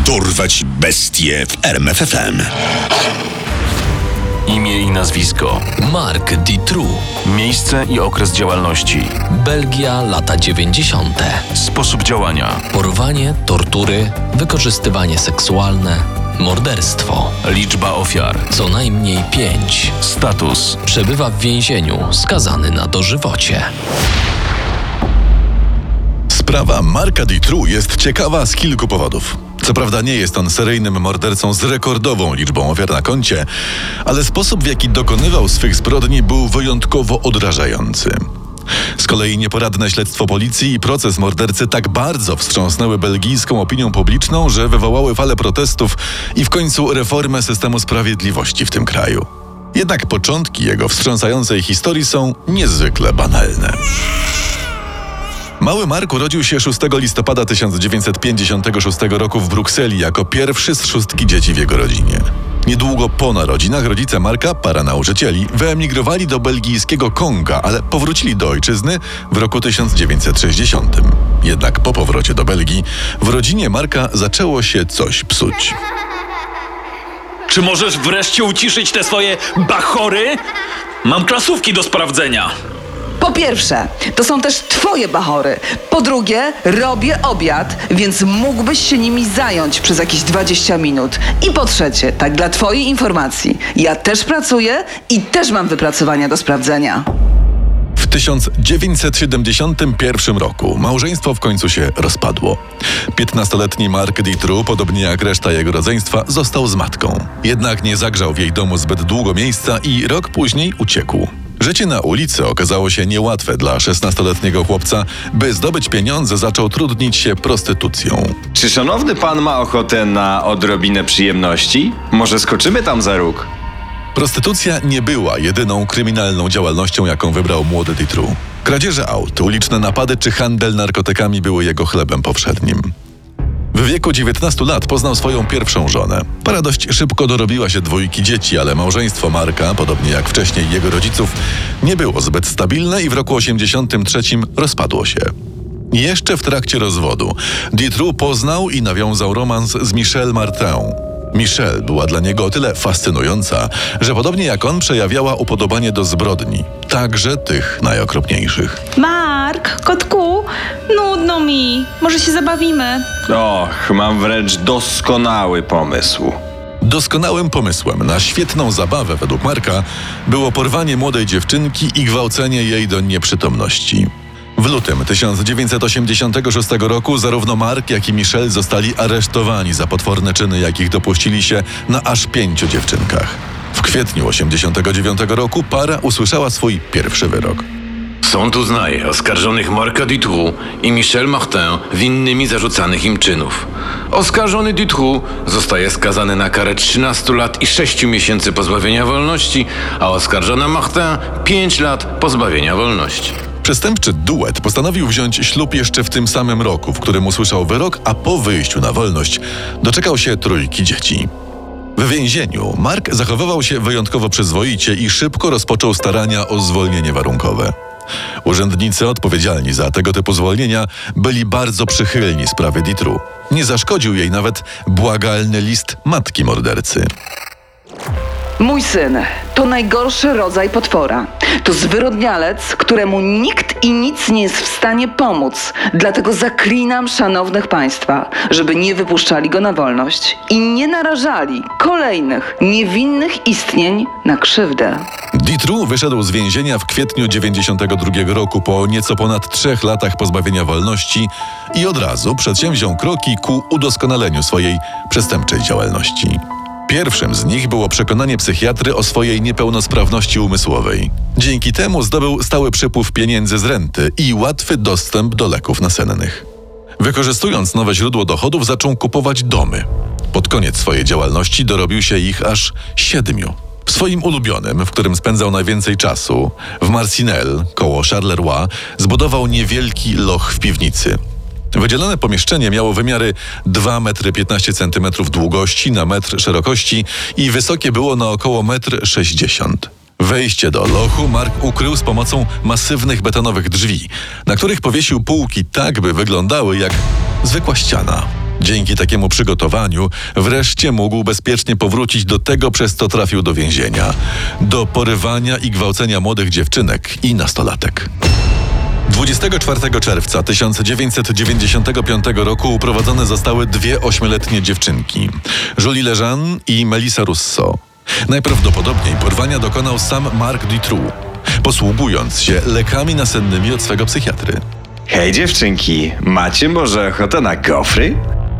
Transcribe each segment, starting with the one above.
Dorwać bestie w RMF FM. Imię i nazwisko: Mark Dutroux. Miejsce i okres działalności: Belgia, lata 90. Sposób działania: Porwanie, tortury, wykorzystywanie seksualne, morderstwo. Liczba ofiar: Co najmniej 5. Status: Przebywa w więzieniu, skazany na dożywocie. Sprawa Marka Dutroux jest ciekawa z kilku powodów. Co prawda nie jest on seryjnym mordercą z rekordową liczbą ofiar na koncie, ale sposób, w jaki dokonywał swych zbrodni, był wyjątkowo odrażający. Z kolei nieporadne śledztwo policji i proces mordercy tak bardzo wstrząsnęły belgijską opinią publiczną, że wywołały falę protestów i w końcu reformę systemu sprawiedliwości w tym kraju. Jednak początki jego wstrząsającej historii są niezwykle banalne. Mały Mark urodził się 6 listopada 1956 roku w Brukseli jako pierwszy z 6 dzieci w jego rodzinie. Niedługo po narodzinach rodzice Marka, para nauczycieli, wyemigrowali do belgijskiego Konga, ale powrócili do ojczyzny w roku 1960. Jednak po powrocie do Belgii w rodzinie Marka zaczęło się coś psuć. Czy możesz wreszcie uciszyć te swoje bachory? Mam klasówki do sprawdzenia. Po pierwsze, to są też twoje bachory. Po drugie, robię obiad, więc mógłbyś się nimi zająć przez jakieś 20 minut. I po trzecie, tak dla twojej informacji, ja też pracuję i też mam wypracowania do sprawdzenia. W 1971 roku małżeństwo w końcu się rozpadło. 15-letni Mark Dutroux, podobnie jak reszta jego rodzeństwa, został z matką. Jednak nie zagrzał w jej domu zbyt długo miejsca i rok później uciekł. Życie na ulicy okazało się niełatwe dla 16-letniego chłopca. By zdobyć pieniądze, zaczął trudnić się prostytucją. Czy szanowny pan ma ochotę na odrobinę przyjemności? Może skoczymy tam za róg? Prostytucja nie była jedyną kryminalną działalnością, jaką wybrał młody Dutroux. Kradzieże aut, uliczne napady czy handel narkotykami były jego chlebem powszednim. W wieku 19 lat poznał swoją pierwszą żonę. Para dość szybko dorobiła się 2 dzieci, ale małżeństwo Marka, podobnie jak wcześniej jego rodziców, nie było zbyt stabilne i w roku 1983 rozpadło się. Jeszcze w trakcie rozwodu Dutroux poznał i nawiązał romans z Michelle Martin. Michelle była dla niego o tyle fascynująca, że podobnie jak on przejawiała upodobanie do zbrodni, także tych najokropniejszych. Mark, kotku, nudno mi. Może się zabawimy? Och, mam wręcz doskonały pomysł. Doskonałym pomysłem na świetną zabawę według Marka było porwanie młodej dziewczynki i gwałcenie jej do nieprzytomności. W lutym 1986 roku zarówno Mark, jak i Michelle zostali aresztowani za potworne czyny, jakich dopuścili się na aż 5 dziewczynkach. W kwietniu 1989 roku para usłyszała swój pierwszy wyrok. Sąd uznaje oskarżonych Marka Dutroux i Michelle Martin winnymi zarzucanych im czynów. Oskarżony Dutroux zostaje skazany na karę 13 lat i 6 miesięcy pozbawienia wolności, a oskarżona Martin 5 lat pozbawienia wolności. Przestępczy duet postanowił wziąć ślub jeszcze w tym samym roku, w którym usłyszał wyrok, a po wyjściu na wolność doczekał się 3 dzieci. W więzieniu Mark zachowywał się wyjątkowo przyzwoicie i szybko rozpoczął starania o zwolnienie warunkowe. Urzędnicy odpowiedzialni za tego typu zwolnienia byli bardzo przychylni sprawie Dutroux. Nie zaszkodził jej nawet błagalny list matki mordercy. Mój syn to najgorszy rodzaj potwora. To zwyrodnialec, któremu nikt i nic nie jest w stanie pomóc. Dlatego zaklinam szanownych państwa, żeby nie wypuszczali go na wolność i nie narażali kolejnych niewinnych istnień na krzywdę. Dutroux wyszedł z więzienia w kwietniu 1992 roku po nieco ponad 3 latach pozbawienia wolności i od razu przedsięwziął kroki ku udoskonaleniu swojej przestępczej działalności. Pierwszym z nich było przekonanie psychiatry o swojej niepełnosprawności umysłowej. Dzięki temu zdobył stały przypływ pieniędzy z renty i łatwy dostęp do leków nasennych. Wykorzystując nowe źródło dochodów, zaczął kupować domy. Pod koniec swojej działalności dorobił się ich aż 7. W swoim ulubionym, w którym spędzał najwięcej czasu, w Marcinelle, koło Charleroi, zbudował niewielki loch w piwnicy. Wydzielone pomieszczenie miało wymiary 2,15 m długości na 1 m szerokości i wysokie było na około 1,60 m. Wejście do lochu Mark ukrył z pomocą masywnych betonowych drzwi, na których powiesił półki tak, by wyglądały jak zwykła ściana. Dzięki takiemu przygotowaniu wreszcie mógł bezpiecznie powrócić do tego, przez co trafił do więzienia. Do porywania i gwałcenia młodych dziewczynek i nastolatek. 24 czerwca 1995 roku uprowadzone zostały dwie 8-letnie dziewczynki, Julie Lejeune i Melissa Russo. Najprawdopodobniej porwania dokonał sam Marc Dutroux, posługując się lekami nasennymi od swego psychiatry. Hej dziewczynki, macie może ochotę na gofry?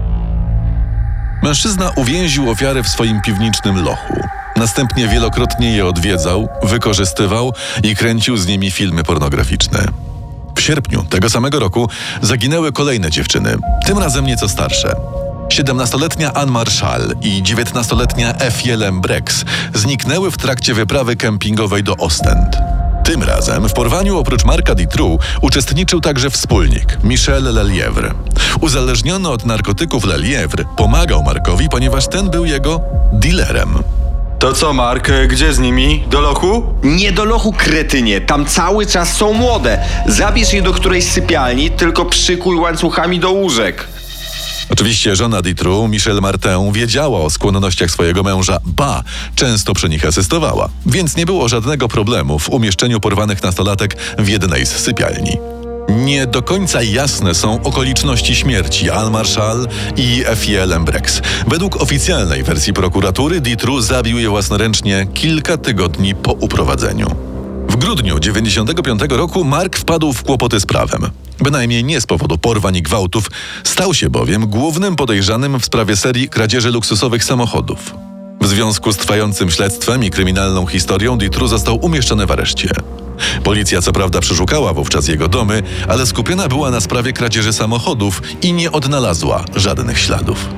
Mężczyzna uwięził ofiary w swoim piwniczym lochu. Następnie wielokrotnie je odwiedzał, wykorzystywał i kręcił z nimi filmy pornograficzne. W sierpniu tego samego roku zaginęły kolejne dziewczyny, tym razem nieco starsze. 17-letnia Anne Marshall i 19-letnia Effie Lembrex zniknęły w trakcie wyprawy kempingowej do Ostend. Tym razem w porwaniu oprócz Marca Dutroux uczestniczył także wspólnik, Michel Lelièvre. Uzależniony od narkotyków Lelièvre pomagał Markowi, ponieważ ten był jego dealerem. To co, Mark, gdzie z nimi? Do lochu? Nie do lochu, kretynie, tam cały czas są młode. Zabierz je do którejś sypialni, tylko przykuj łańcuchami do łóżek. Oczywiście żona Dutroux, Michelle Martin, wiedziała o skłonnościach swojego męża, ba, często przy nich asystowała, więc nie było żadnego problemu w umieszczeniu porwanych nastolatek w jednej z sypialni. Nie do końca jasne są okoliczności śmierci Anne Marshall i Effie Lembrex. Według oficjalnej wersji prokuratury Dutroux zabił je własnoręcznie kilka tygodni po uprowadzeniu. W grudniu 1995 roku Mark wpadł w kłopoty z prawem. Bynajmniej nie z powodu porwań i gwałtów, stał się bowiem głównym podejrzanym w sprawie serii kradzieży luksusowych samochodów. W związku z trwającym śledztwem i kryminalną historią Dutroux został umieszczony w areszcie. Policja co prawda przeszukała wówczas jego domy, ale skupiona była na sprawie kradzieży samochodów i nie odnalazła żadnych śladów.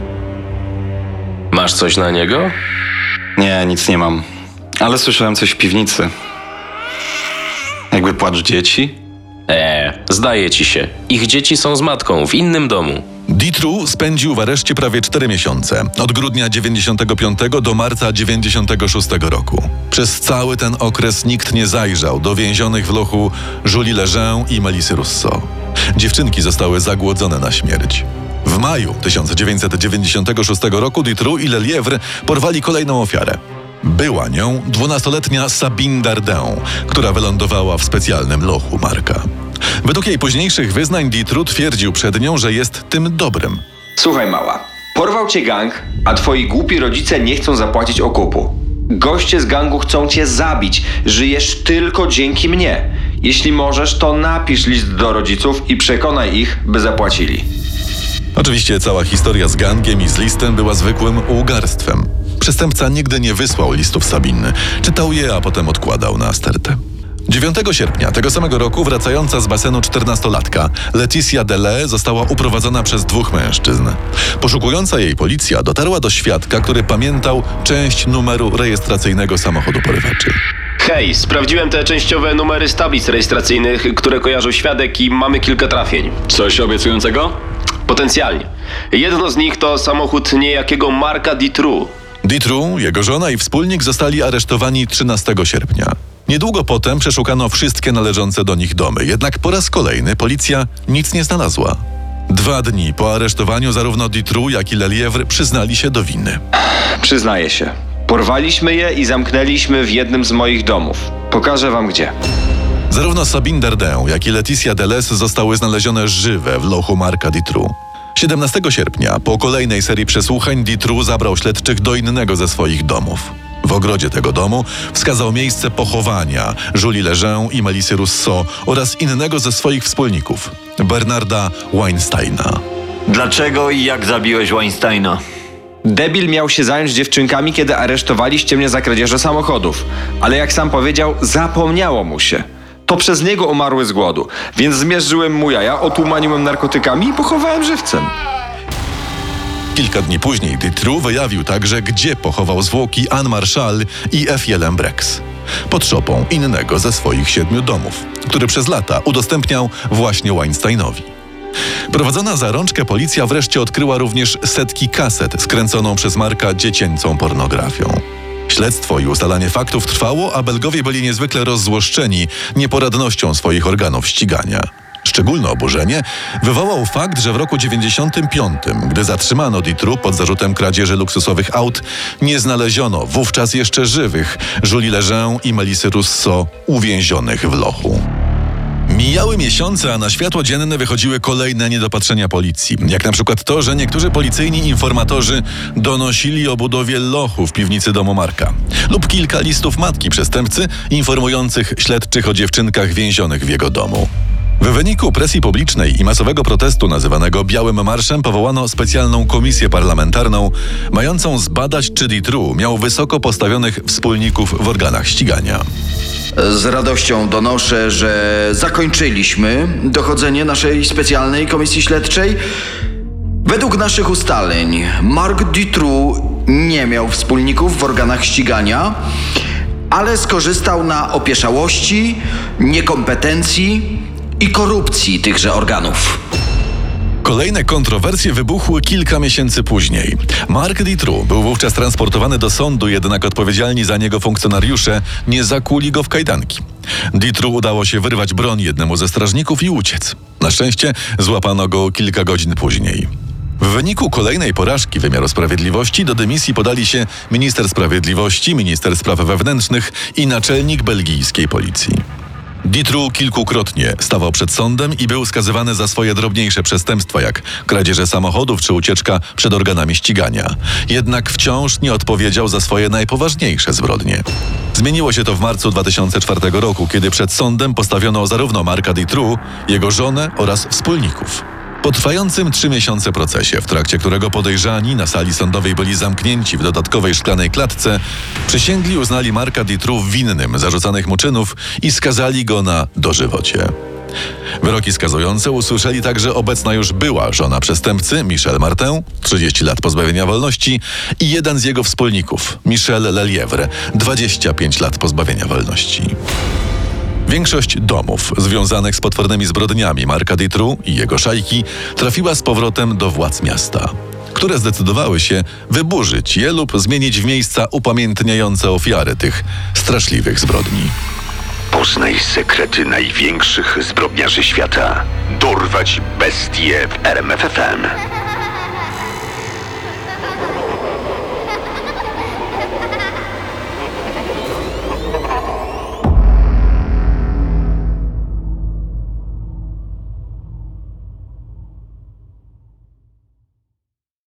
Masz coś na niego? Nie, nic nie mam. Ale słyszałem coś w piwnicy. Jakby płacz dzieci? Zdaje ci się. Ich dzieci są z matką w innym domu. Dutroux spędził w areszcie prawie 4 miesiące, od grudnia 95 do marca 96 roku. Przez cały ten okres nikt nie zajrzał do więzionych w lochu Julie Lejeune i Melissy Russo. Dziewczynki zostały zagłodzone na śmierć. W maju 1996 roku Dutroux i Lelièvre porwali kolejną ofiarę. Była nią 12-letnia Sabine Dardin, która wylądowała w specjalnym lochu Marka. Według jej późniejszych wyznań Dutroux twierdził przed nią, że jest tym dobrym. Słuchaj mała, porwał cię gang, a twoi głupi rodzice nie chcą zapłacić okupu. Goście z gangu chcą cię zabić, żyjesz tylko dzięki mnie. Jeśli możesz, to napisz list do rodziców i przekonaj ich, by zapłacili. Oczywiście cała historia z gangiem i z listem była zwykłym łgarstwem. Przestępca nigdy nie wysłał listów Sabiny. Czytał je, a potem odkładał na stertę. 9 sierpnia tego samego roku wracająca z basenu 14-latka Laetitia Delay została uprowadzona przez 2 mężczyzn. Poszukująca jej policja dotarła do świadka, który pamiętał część numeru rejestracyjnego samochodu porywaczy. Hej, sprawdziłem te częściowe numery z tablic rejestracyjnych, które kojarzą świadek i mamy kilka trafień. Coś obiecującego? Potencjalnie. Jedno z nich to samochód niejakiego Marca Dutroux. Dutroux, jego żona i wspólnik zostali aresztowani 13 sierpnia. Niedługo potem przeszukano wszystkie należące do nich domy, jednak po raz kolejny policja nic nie znalazła. 2 dni po aresztowaniu zarówno Dutroux, jak i Lelièvre przyznali się do winy. Przyznaję się. Porwaliśmy je i zamknęliśmy w jednym z moich domów. Pokażę wam gdzie. Zarówno Sabine Dardin, jak i Laetitia Delay zostały znalezione żywe w lochu Marca Dutroux. 17 sierpnia, po kolejnej serii przesłuchań, Dutroux zabrał śledczych do innego ze swoich domów. W ogrodzie tego domu wskazał miejsce pochowania Julie Lejeune i Melissy Russo oraz innego ze swoich wspólników, Bernarda Weinsteina. Dlaczego i jak zabiłeś Weinsteina? Debil miał się zająć dziewczynkami, kiedy aresztowaliście mnie za kradzieżę samochodów. Ale jak sam powiedział, zapomniało mu się. To przez niego umarły z głodu, więc zmierzyłem mu jaja, otłumaniłem narkotykami i pochowałem żywcem. Kilka dni później Dutroux wyjawił także, gdzie pochował zwłoki Anne Marshall i Effie Lembrex. Pod szopą innego ze swoich 7 domów, który przez lata udostępniał właśnie Weinsteinowi. Prowadzona za rączkę policja wreszcie odkryła również setki kaset skręconą przez Marka dziecięcą pornografią. Śledztwo i ustalanie faktów trwało, a Belgowie byli niezwykle rozzłoszczeni nieporadnością swoich organów ścigania. Szczególne oburzenie wywołał fakt, że w roku 95, gdy zatrzymano Dutroux pod zarzutem kradzieży luksusowych aut, nie znaleziono wówczas jeszcze żywych Julie Lejeune i Melisy Rousseau uwięzionych w lochu. Mijały miesiące, a na światło dzienne wychodziły kolejne niedopatrzenia policji. Jak na przykład to, że niektórzy policyjni informatorzy donosili o budowie lochu w piwnicy domu Marka. Lub kilka listów matki przestępcy informujących śledczych o dziewczynkach więzionych w jego domu. W wyniku presji publicznej i masowego protestu nazywanego Białym Marszem powołano specjalną komisję parlamentarną mającą zbadać, czy Dutroux miał wysoko postawionych wspólników w organach ścigania. Z radością donoszę, że zakończyliśmy dochodzenie naszej specjalnej komisji śledczej. Według naszych ustaleń Marc Dutroux nie miał wspólników w organach ścigania, ale skorzystał na opieszałości, niekompetencji i korupcji tychże organów. Kolejne kontrowersje wybuchły kilka miesięcy później. Marc Dutroux był wówczas transportowany do sądu, jednak odpowiedzialni za niego funkcjonariusze nie zakuli go w kajdanki. Dutroux udało się wyrwać broń jednemu ze strażników i uciec. Na szczęście złapano go kilka godzin później. W wyniku kolejnej porażki wymiaru sprawiedliwości do dymisji podali się minister sprawiedliwości, minister spraw wewnętrznych i naczelnik belgijskiej policji. Dutroux kilkukrotnie stawał przed sądem i był skazywany za swoje drobniejsze przestępstwa, jak kradzieże samochodów czy ucieczka przed organami ścigania. Jednak wciąż nie odpowiedział za swoje najpoważniejsze zbrodnie. Zmieniło się to w marcu 2004 roku, kiedy przed sądem postawiono zarówno Marca Dutroux, jego żonę oraz wspólników. Po trwającym 3 miesiące procesie, w trakcie którego podejrzani na sali sądowej byli zamknięci w dodatkowej szklanej klatce, przysięgli uznali Marca Dutroux winnym zarzucanych mu czynów i skazali go na dożywocie. Wyroki skazujące usłyszeli także obecna już była żona przestępcy, Michel Martin, 30 lat pozbawienia wolności, i jeden z jego wspólników, Michel Lelièvre, 25 lat pozbawienia wolności. Większość domów związanych z potwornymi zbrodniami Marca Dutroux i jego szajki trafiła z powrotem do władz miasta, które zdecydowały się wyburzyć je lub zmienić w miejsca upamiętniające ofiary tych straszliwych zbrodni. Poznaj sekrety największych zbrodniarzy świata. Dorwać bestie w RMF FM.